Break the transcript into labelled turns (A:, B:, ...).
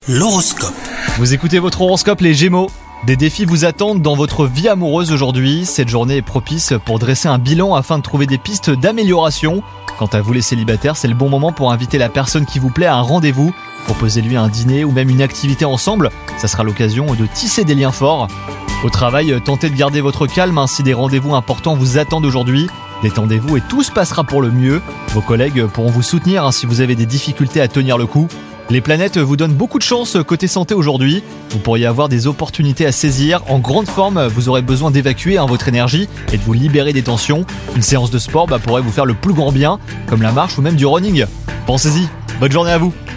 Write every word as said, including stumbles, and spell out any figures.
A: L'horoscope.
B: Vous écoutez votre horoscope les Gémeaux. Des défis vous attendent dans votre vie amoureuse aujourd'hui. Cette journée est propice pour dresser un bilan afin de trouver des pistes d'amélioration. Quant à vous les célibataires, c'est le bon moment pour inviter la personne qui vous plaît à un rendez-vous. Proposez-lui un dîner ou même une activité ensemble. Ça sera l'occasion de tisser des liens forts. Au travail, tentez de garder votre calme hein, si des rendez-vous importants vous attendent aujourd'hui. Détendez-vous et tout se passera pour le mieux. Vos collègues pourront vous soutenir hein, si vous avez des difficultés à tenir le coup. Les planètes vous donnent beaucoup de chance côté santé aujourd'hui. Vous pourriez avoir des opportunités à saisir. En grande forme, vous aurez besoin d'évacuer hein, votre énergie et de vous libérer des tensions. Une séance de sport bah, pourrait vous faire le plus grand bien, comme la marche ou même du running. Pensez-y. Bonne journée à vous.